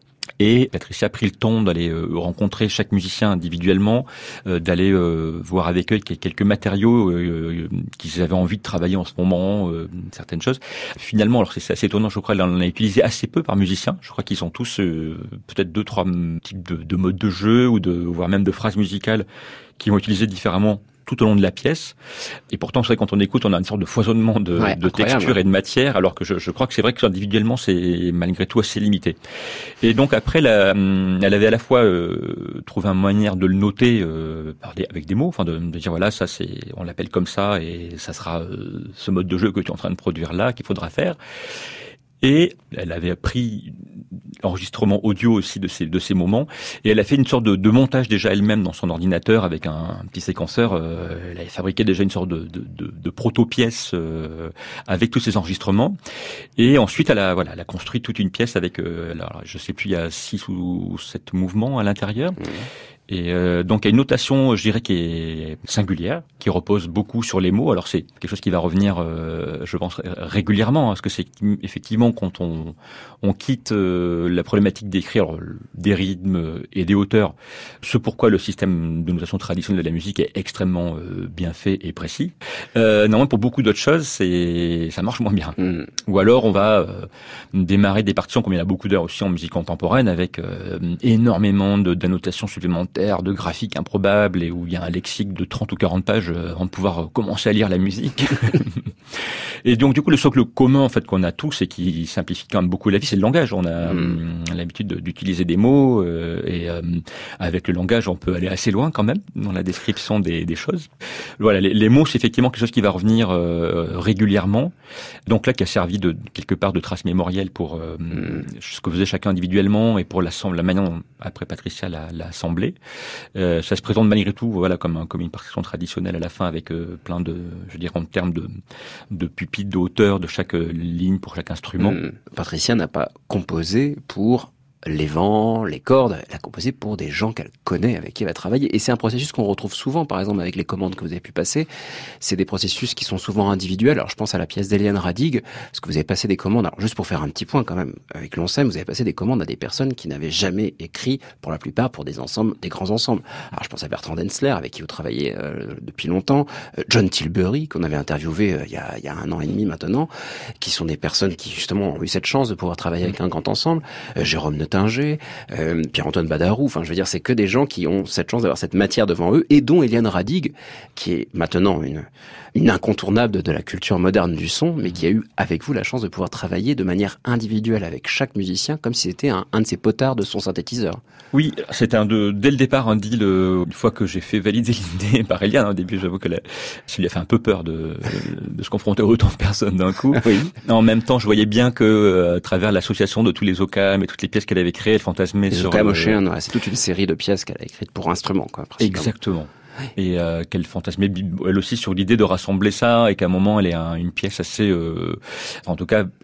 Speaker 4: Et Patricia a pris le temps d'aller euh, rencontrer chaque musicien individuellement, euh, d'aller euh, voir avec eux quelques matériaux euh, qu'ils avaient envie de travailler en ce moment, euh, certaines choses. Finalement, alors c'est, c'est assez étonnant, je crois, on en a utilisé assez peu par musicien. Je crois qu'ils sont tous euh, peut-être deux, trois types de, de modes de jeu ou de, voire même de phrases musicales qui vont utiliser différemment tout au long de la pièce. Et pourtant, c'est vrai, quand on écoute, on a une sorte de foisonnement de, ouais, de texture ouais. et de matière, alors que je, je crois que c'est vrai que individuellement, c'est malgré tout assez limité. Et donc après, la, elle avait à la fois euh, trouvé une manière de le noter euh, par des, avec des mots, enfin de, de dire voilà, ça c'est, on l'appelle comme ça, et ça sera euh, ce mode de jeu que tu es en train de produire là qu'il faudra faire. Et elle avait pris l'enregistrement audio aussi de ces de ces moments, et elle a fait une sorte de, de montage déjà elle-même dans son ordinateur avec un, un petit séquenceur. Euh, elle avait fabriqué déjà une sorte de de, de, de proto-pièce euh, avec tous ces enregistrements, et ensuite elle a voilà, elle a construit toute une pièce avec, euh, alors, je sais plus, il y a six ou sept mouvements à l'intérieur. Mmh. Et euh, donc il y a une notation, je dirais, qui est singulière, qui repose beaucoup sur les mots. Alors c'est quelque chose qui va revenir, euh, je pense, régulièrement, hein, parce que c'est effectivement quand on, on quitte euh, la problématique d'écrire alors, des rythmes et des hauteurs, ce pourquoi le système de notation traditionnelle de la musique est extrêmement euh, bien fait et précis. Euh, néanmoins, pour beaucoup d'autres choses, c'est ça marche moins bien. Mmh. Ou alors on va euh, démarrer des partitions, comme il y en a beaucoup d'heures aussi en musique contemporaine, avec euh, énormément de, d'annotations supplémentaires, de graphiques improbables, et où il y a un lexique de trente ou quarante pages avant de pouvoir commencer à lire la musique. Et donc du coup le socle commun en fait qu'on a tous et qui simplifie quand même beaucoup la vie, c'est le langage. On a mm. l'habitude d'utiliser des mots euh, et euh, avec le langage on peut aller assez loin quand même dans la description des, des choses. Voilà, les, les mots c'est effectivement quelque chose qui va revenir euh, régulièrement. Donc là qui a servi de quelque part de trace mémorielle pour euh, mm. ce que faisait chacun individuellement et pour l'assemble, la manière dont après Patricia l'a, l'a assemblé. Euh, ça se présente malgré tout voilà comme un, comme une partition traditionnelle à la fin avec euh, plein de, je dirais en termes de de pupitres, de hauteur de chaque ligne pour chaque instrument.
Speaker 2: Mmh. Patricia n'a pas composé pour les vents, les cordes, elle a composé pour des gens qu'elle connaît, avec qui elle va travailler. Et c'est un processus qu'on retrouve souvent, par exemple, avec les commandes que vous avez pu passer. C'est des processus qui sont souvent individuels. Alors, je pense à la pièce d'Eliane Radig, parce que vous avez passé des commandes, alors juste pour faire un petit point quand même, avec Lonsheim, vous avez passé des commandes à des personnes qui n'avaient jamais écrit, pour la plupart, pour des ensembles, des grands ensembles. Alors, je pense à Bertrand Densler, avec qui vous travaillez euh, depuis longtemps, euh, John Tilbury, qu'on avait interviewé euh, il y a, il y a un an et demi maintenant, qui sont des personnes qui, justement, ont eu cette chance de pouvoir travailler avec un grand ensemble. Euh, Jérôme Tinger, euh, Pierre-Antoine Badarou, enfin je veux dire c'est que des gens qui ont cette chance d'avoir cette matière devant eux, et dont Eliane Radig, qui est maintenant une, une incontournable de, de la culture moderne du son, mais qui a eu avec vous la chance de pouvoir travailler de manière individuelle avec chaque musicien, comme si c'était un, un de ses potards de son synthétiseur.
Speaker 4: Oui, c'était un de, dès le départ un deal, euh, une fois que j'ai fait valider l'idée par Eliane, hein, au début j'avoue que la, ça lui a fait un peu peur de, de se confronter à autant de personnes d'un coup. Oui. En même temps je voyais bien que euh, à travers l'association de tous les Occam et toutes les pièces qu'elle avait créées, elle fantasmait sur...
Speaker 2: Occam Ocean, ouais, c'est toute une série de pièces qu'elle a écrites pour instruments, quoi.
Speaker 4: Exactement. Et euh, qu'elle fantasmait elle aussi sur l'idée de rassembler ça, et qu'à un moment elle est un, une pièce assez, euh, en tout cas, qui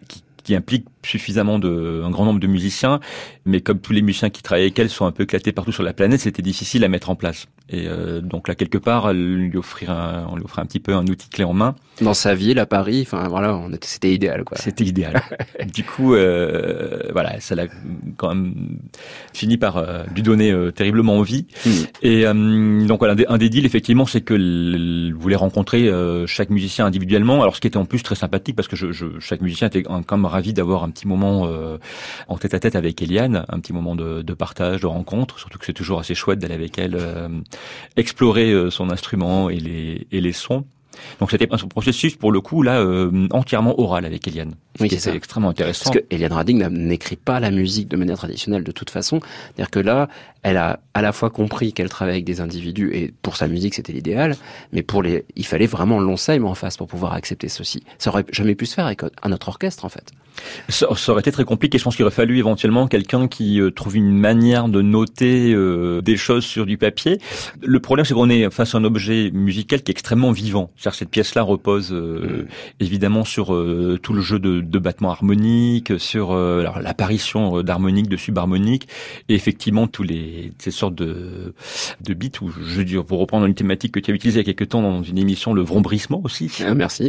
Speaker 4: qui implique suffisamment de, un grand nombre de musiciens, mais comme tous les musiciens qui travaillent avec elle sont un peu éclatés partout sur la planète, c'était difficile à mettre en place. Et euh, donc là, quelque part, lui offrir un, on lui offrait un petit peu un outil clé en main.
Speaker 2: Dans sa ville, à Paris, enfin voilà, on était, c'était idéal, quoi.
Speaker 4: C'était idéal. Du coup, euh, voilà, ça l'a quand même fini par euh, lui donner euh, terriblement envie. Mmh. Et euh, donc voilà, un des, un des deals, effectivement, c'est qu'elle voulait rencontrer euh, chaque musicien individuellement. Alors, ce qui était en plus très sympathique, parce que je, je, chaque musicien était quand même ravi d'avoir un petit moment euh, en tête-à-tête avec Eliane, un petit moment de, de partage, de rencontre. Surtout que c'est toujours assez chouette d'aller avec elle euh, explorer euh, son instrument et les, et les sons. Donc c'était un processus, pour le coup, là, euh, entièrement oral avec Eliane.
Speaker 2: Oui, c'est
Speaker 4: extrêmement intéressant.
Speaker 2: Parce que Eliane Rading n'écrit pas la musique de manière traditionnelle de toute façon. C'est-à-dire que là, elle a à la fois compris qu'elle travaille avec des individus, et pour sa musique, c'était l'idéal, mais pour les, il fallait vraiment l'Onsheim en face pour pouvoir accepter ceci. Ça aurait jamais pu se faire avec un autre orchestre, en fait.
Speaker 4: Ça, ça aurait été très compliqué. Je pense qu'il aurait fallu éventuellement quelqu'un qui euh, trouve une manière de noter euh, des choses sur du papier. Le problème, c'est qu'on est face à un objet musical qui est extrêmement vivant. C'est-à-dire cette pièce-là repose euh, mmh. évidemment sur euh, tout le jeu de, de battements harmoniques, sur euh, alors, l'apparition d'harmoniques, de subharmoniques, et effectivement tous les ces sortes de de beats. Où je veux dire, pour reprendre une thématique que tu as utilisée il y a quelque temps dans une émission, le vrombrissement aussi.
Speaker 2: Ah, merci.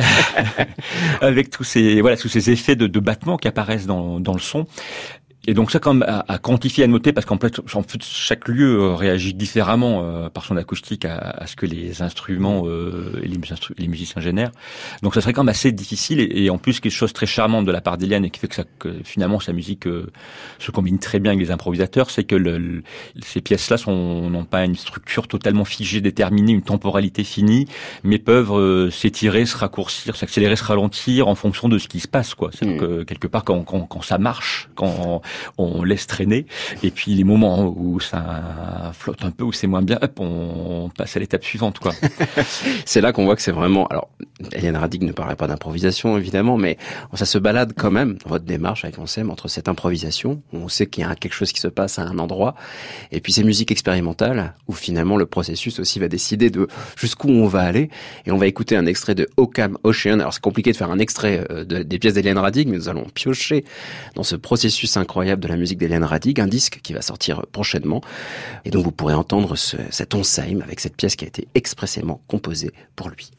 Speaker 4: Avec tous ces voilà tous ces effets de, de battements qui apparaissent dans, dans le son. Et donc ça, quand même, à, à quantifier, à noter, parce qu'en fait, en fait chaque lieu euh, réagit différemment euh, par son acoustique à, à ce que les instruments euh, et les, instru- les musiciens génèrent. Donc ça serait quand même assez difficile. Et, et en plus, quelque chose de très charmant de la part d'Eliane et qui fait que, ça, que finalement sa musique euh, se combine très bien avec les improvisateurs, c'est que le, le, ces pièces-là sont, n'ont pas une structure totalement figée, déterminée, une temporalité finie, mais peuvent euh, s'étirer, se raccourcir, s'accélérer, se ralentir en fonction de ce qui se passe, quoi. C'est mmh. que quelque part, quand, quand, quand ça marche, quand on laisse traîner, et puis les moments où ça flotte un peu, où c'est moins bien, hop, on passe à l'étape suivante, quoi.
Speaker 2: C'est là qu'on voit que c'est vraiment, alors, Eliane Rading ne parlait pas d'improvisation, évidemment, mais ça se balade quand même, dans votre démarche avec Onsheim, entre cette improvisation, où on sait qu'il y a quelque chose qui se passe à un endroit, et puis ces musiques expérimentales, où finalement le processus aussi va décider de jusqu'où on va aller, et on va écouter un extrait de Occam Ocean. Alors c'est compliqué de faire un extrait de, des pièces d'Eliane Rading, mais nous allons piocher dans ce processus incroyable de la musique d'Eliane Rading, un disque qui va sortir prochainement. Et donc vous pourrez entendre ce, cet Onsheim avec cette pièce qui a été expressément composée pour lui.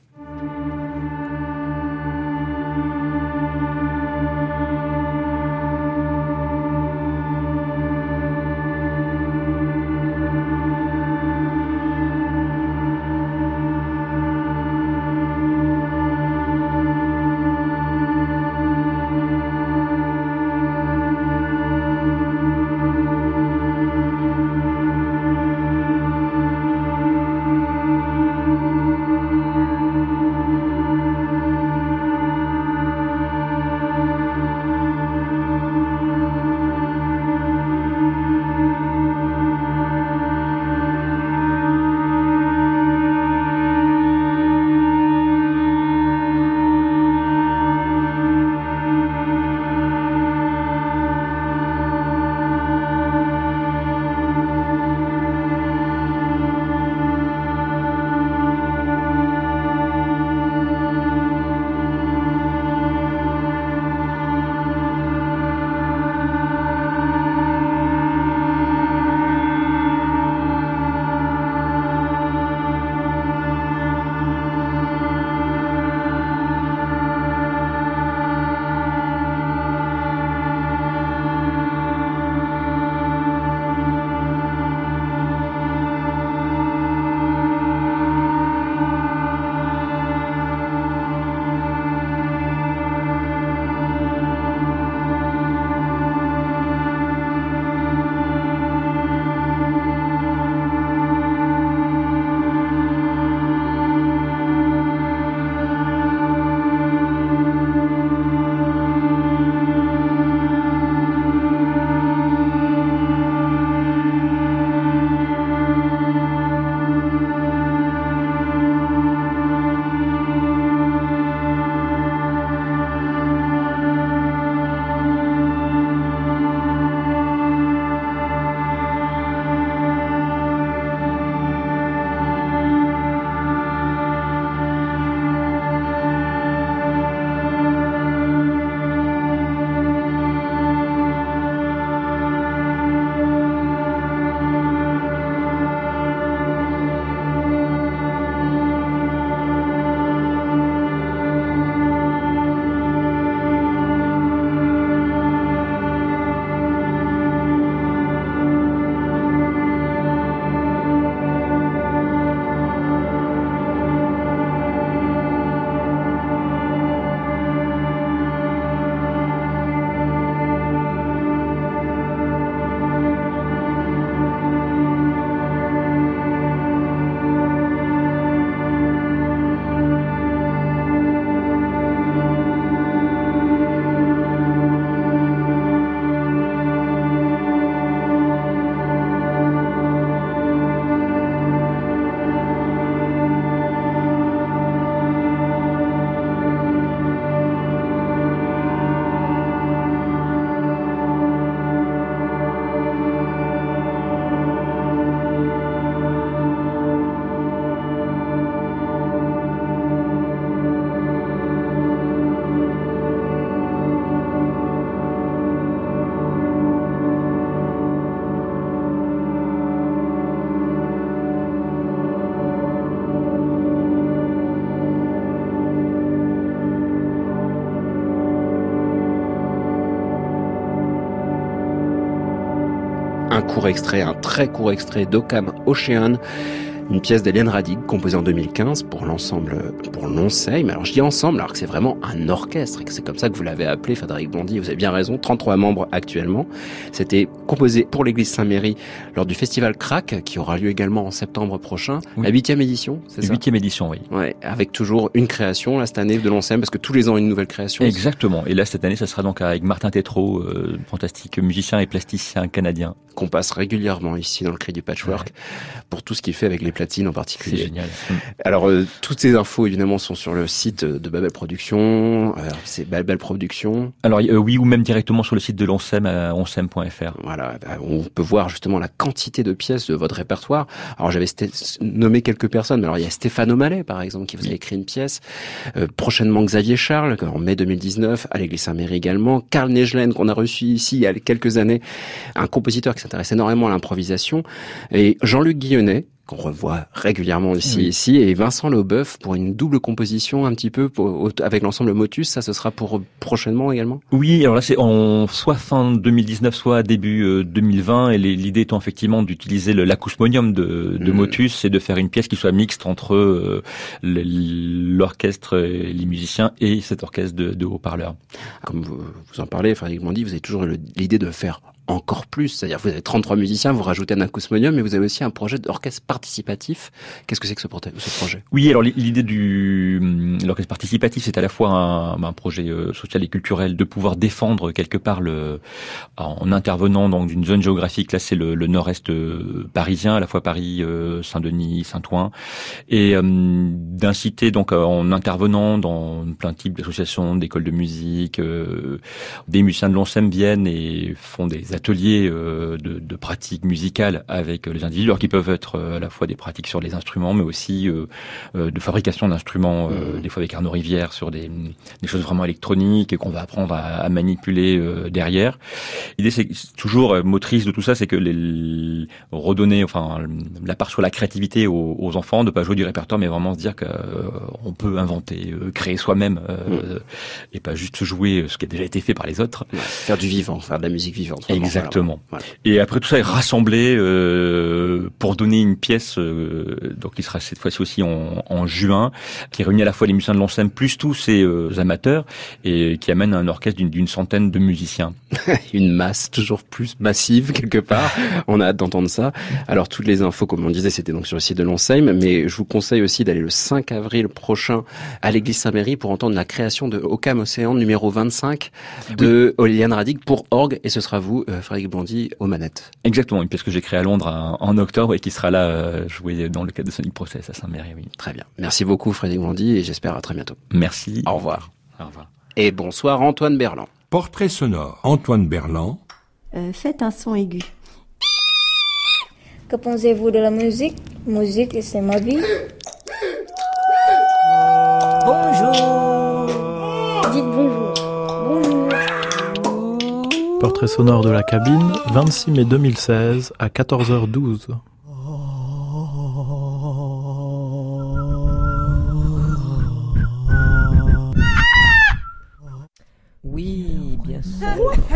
Speaker 2: court extrait, un très court extrait d'Occam Ocean, une pièce d'Eliane Radigue composée en deux mille quinze pour l'ensemble, pour l'Onsheim. Alors je dis ensemble alors que c'est vraiment un orchestre et que c'est comme ça que vous l'avez appelé, Frédéric Blondy. Vous avez bien raison, trente-trois membres actuellement. C'était composé pour l'église Saint-Méry lors du festival Crac qui aura lieu également en septembre prochain. Oui. La huitième édition, c'est ça?
Speaker 4: Huitième édition, oui.
Speaker 2: Ouais, avec toujours une création là cette année de l'Onsheim parce que tous les ans une nouvelle création.
Speaker 4: Exactement. Et là cette année, ça sera donc avec Martin Tétrault, euh, fantastique musicien et plasticien canadien,
Speaker 2: qu'on passe régulièrement ici dans le Cri du Patchwork ouais. pour tout ce qu'il fait avec les platines en particulier.
Speaker 4: C'est génial.
Speaker 2: Alors, euh, toutes ces infos, évidemment, sont sur le site de Babel Productions. Euh, c'est Babel Productions.
Speaker 4: Alors, euh, oui, ou même directement sur le site de l'Onsheim, à onsheim point f r.
Speaker 2: Voilà, bah, on peut voir justement la quantité de pièces de votre répertoire. Alors, j'avais sté- nommé quelques personnes. Alors, il y a Stéphane O'Malley, par exemple, qui vous a écrit une pièce. Euh, prochainement, Xavier Charles, en mai deux mille dix-neuf, à l'église Saint-Méry également. Karl Negelen, qu'on a reçu ici il y a quelques années, un compositeur qui s'intéresse énormément à l'improvisation. Et Jean-Luc Guillonnet, qu'on revoit régulièrement ici, oui. ici, et Vincent Laubeuf pour une double composition un petit peu pour, avec l'ensemble Motus. Ça, ce sera pour prochainement également?
Speaker 4: Oui, alors là, c'est en soit fin deux mille dix-neuf, soit début euh, deux mille vingt, et les, l'idée étant effectivement d'utiliser le, l'acousmonium de, de mmh. Motus et de faire une pièce qui soit mixte entre euh, l'orchestre, les musiciens et cet orchestre de, de haut-parleurs.
Speaker 2: Comme vous, vous en parlez, Frédéric Blondy, vous avez toujours le, l'idée de faire encore plus, c'est-à-dire vous avez trente-trois musiciens, vous rajoutez un acousmonium, mais vous avez aussi un projet d'orchestre participatif. Qu'est-ce que c'est que ce, ce projet?
Speaker 4: Oui, alors l'idée du l'orchestre participatif, c'est à la fois un, un projet social et culturel de pouvoir défendre quelque part le, en intervenant dans une zone géographique. Là, c'est le, le nord-est parisien, à la fois Paris, euh, Saint-Denis, Saint-Ouen, et euh, d'inciter donc en intervenant dans plein de types d'associations, d'écoles de musique, euh, des musiciens de l'Onsheim viennent et font des ateliers euh, de, de pratiques musicales avec les individus, alors qui peuvent être à la fois des pratiques sur les instruments, mais aussi euh, euh, de fabrication d'instruments, euh, mmh. des fois avec Arnaud Rivière, sur des, des choses vraiment électroniques et qu'on va apprendre à, à manipuler euh, derrière. L'idée, c'est toujours euh, motrice de tout ça, c'est que les, les redonner, enfin, la part sur la créativité aux, aux enfants, de pas jouer du répertoire, mais vraiment se dire qu'on euh, peut inventer, euh, créer soi-même, euh, mmh. et pas juste jouer ce qui a déjà été fait par les autres.
Speaker 2: Ouais, faire du vivant, faire de la musique vivante.
Speaker 4: Exactement.
Speaker 2: Voilà.
Speaker 4: Et après tout ça est rassemblé euh, pour donner une pièce, euh, donc qui sera cette fois-ci aussi en, en juin, qui réunit à la fois les musiciens de l'Onsheim plus tous ces euh, amateurs et qui amène un orchestre d'une, d'une centaine de musiciens.
Speaker 2: Une masse toujours plus massive quelque part. On a hâte d'entendre ça. Alors toutes les infos, comme on disait, c'était donc sur le site de l'Onsheim, mais je vous conseille aussi d'aller le cinq avril prochain à l'église Saint-Méry pour entendre la création de Occam Ocean numéro vingt-cinq de oui. Eliane Radigue pour orgue, et ce sera vous, euh, Frédéric Blondy, aux manettes.
Speaker 4: Exactement, une pièce que j'ai créée à Londres en, en octobre et qui sera là euh, jouée dans le cadre de Sonic Process à Saint-Méry. Oui.
Speaker 2: Très bien. Merci beaucoup, Frédéric Blondy, et j'espère à très bientôt.
Speaker 4: Merci.
Speaker 2: Au revoir.
Speaker 4: Au revoir.
Speaker 2: Et bonsoir, Antoine Berland.
Speaker 5: Portrait sonore. Antoine Berland.
Speaker 6: Euh, faites un son aigu.
Speaker 7: Que pensez-vous de la musique? Musique, c'est ma vie.
Speaker 6: Bonjour.
Speaker 7: Dites bonjour. Bonjour.
Speaker 8: Portrait sonore de la cabine, vingt-six mai deux mille seize à quatorze heures douze.
Speaker 6: Oui, bien sûr.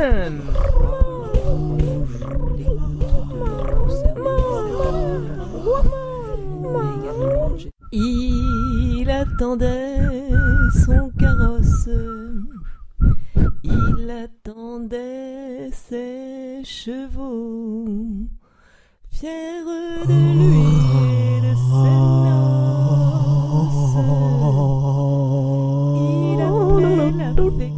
Speaker 6: Il attendait son carrosse, il attendait ses chevaux, fier de lui et de ses noces. Il appelait la fée.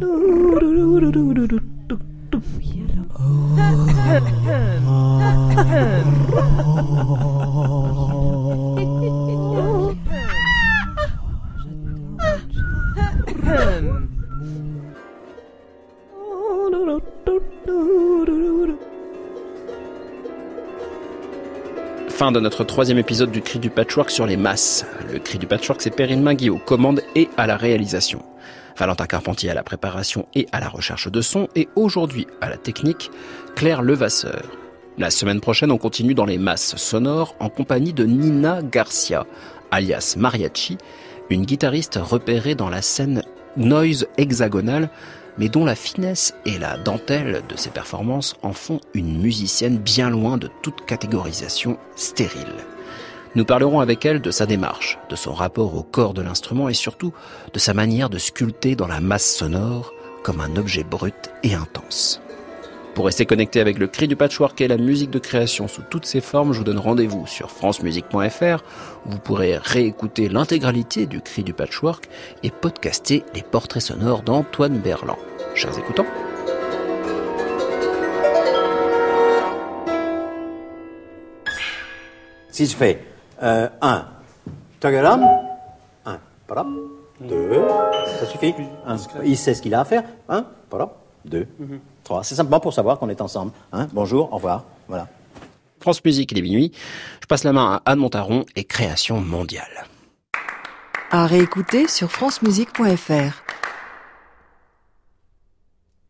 Speaker 2: Fin de notre troisième épisode du Cri du Patchwork sur les masses. Le Cri du Patchwork, c'est Perrine Mingui aux commandes et à la réalisation. Valentin Carpentier à la préparation et à la recherche de son, et aujourd'hui à la technique, Claire Levasseur. La semaine prochaine, on continue dans les masses sonores en compagnie de Nina Garcia, alias Mariachi, une guitariste repérée dans la scène noise hexagonale mais dont la finesse et la dentelle de ses performances en font une musicienne bien loin de toute catégorisation stérile. Nous parlerons avec elle de sa démarche, de son rapport au corps de l'instrument et surtout de sa manière de sculpter dans la masse sonore comme un objet brut et intense. Pour rester connecté avec le cri du patchwork et la musique de création sous toutes ses formes, je vous donne rendez-vous sur france musique point f r où vous pourrez réécouter l'intégralité du cri du patchwork et podcaster les portraits sonores d'Antoine Berland. Chers écoutants,
Speaker 3: si je fais euh, un, tagalam, un, voilà, deux, ça suffit. Un, il sait ce qu'il a à faire. Un, voilà, deux, trois. C'est simplement pour savoir qu'on est ensemble. Hein, bonjour, au revoir, voilà.
Speaker 2: France Musique, il est minuit. Je passe la main à Anne Montaron et Création mondiale.
Speaker 9: À réécouter sur france musique point f r.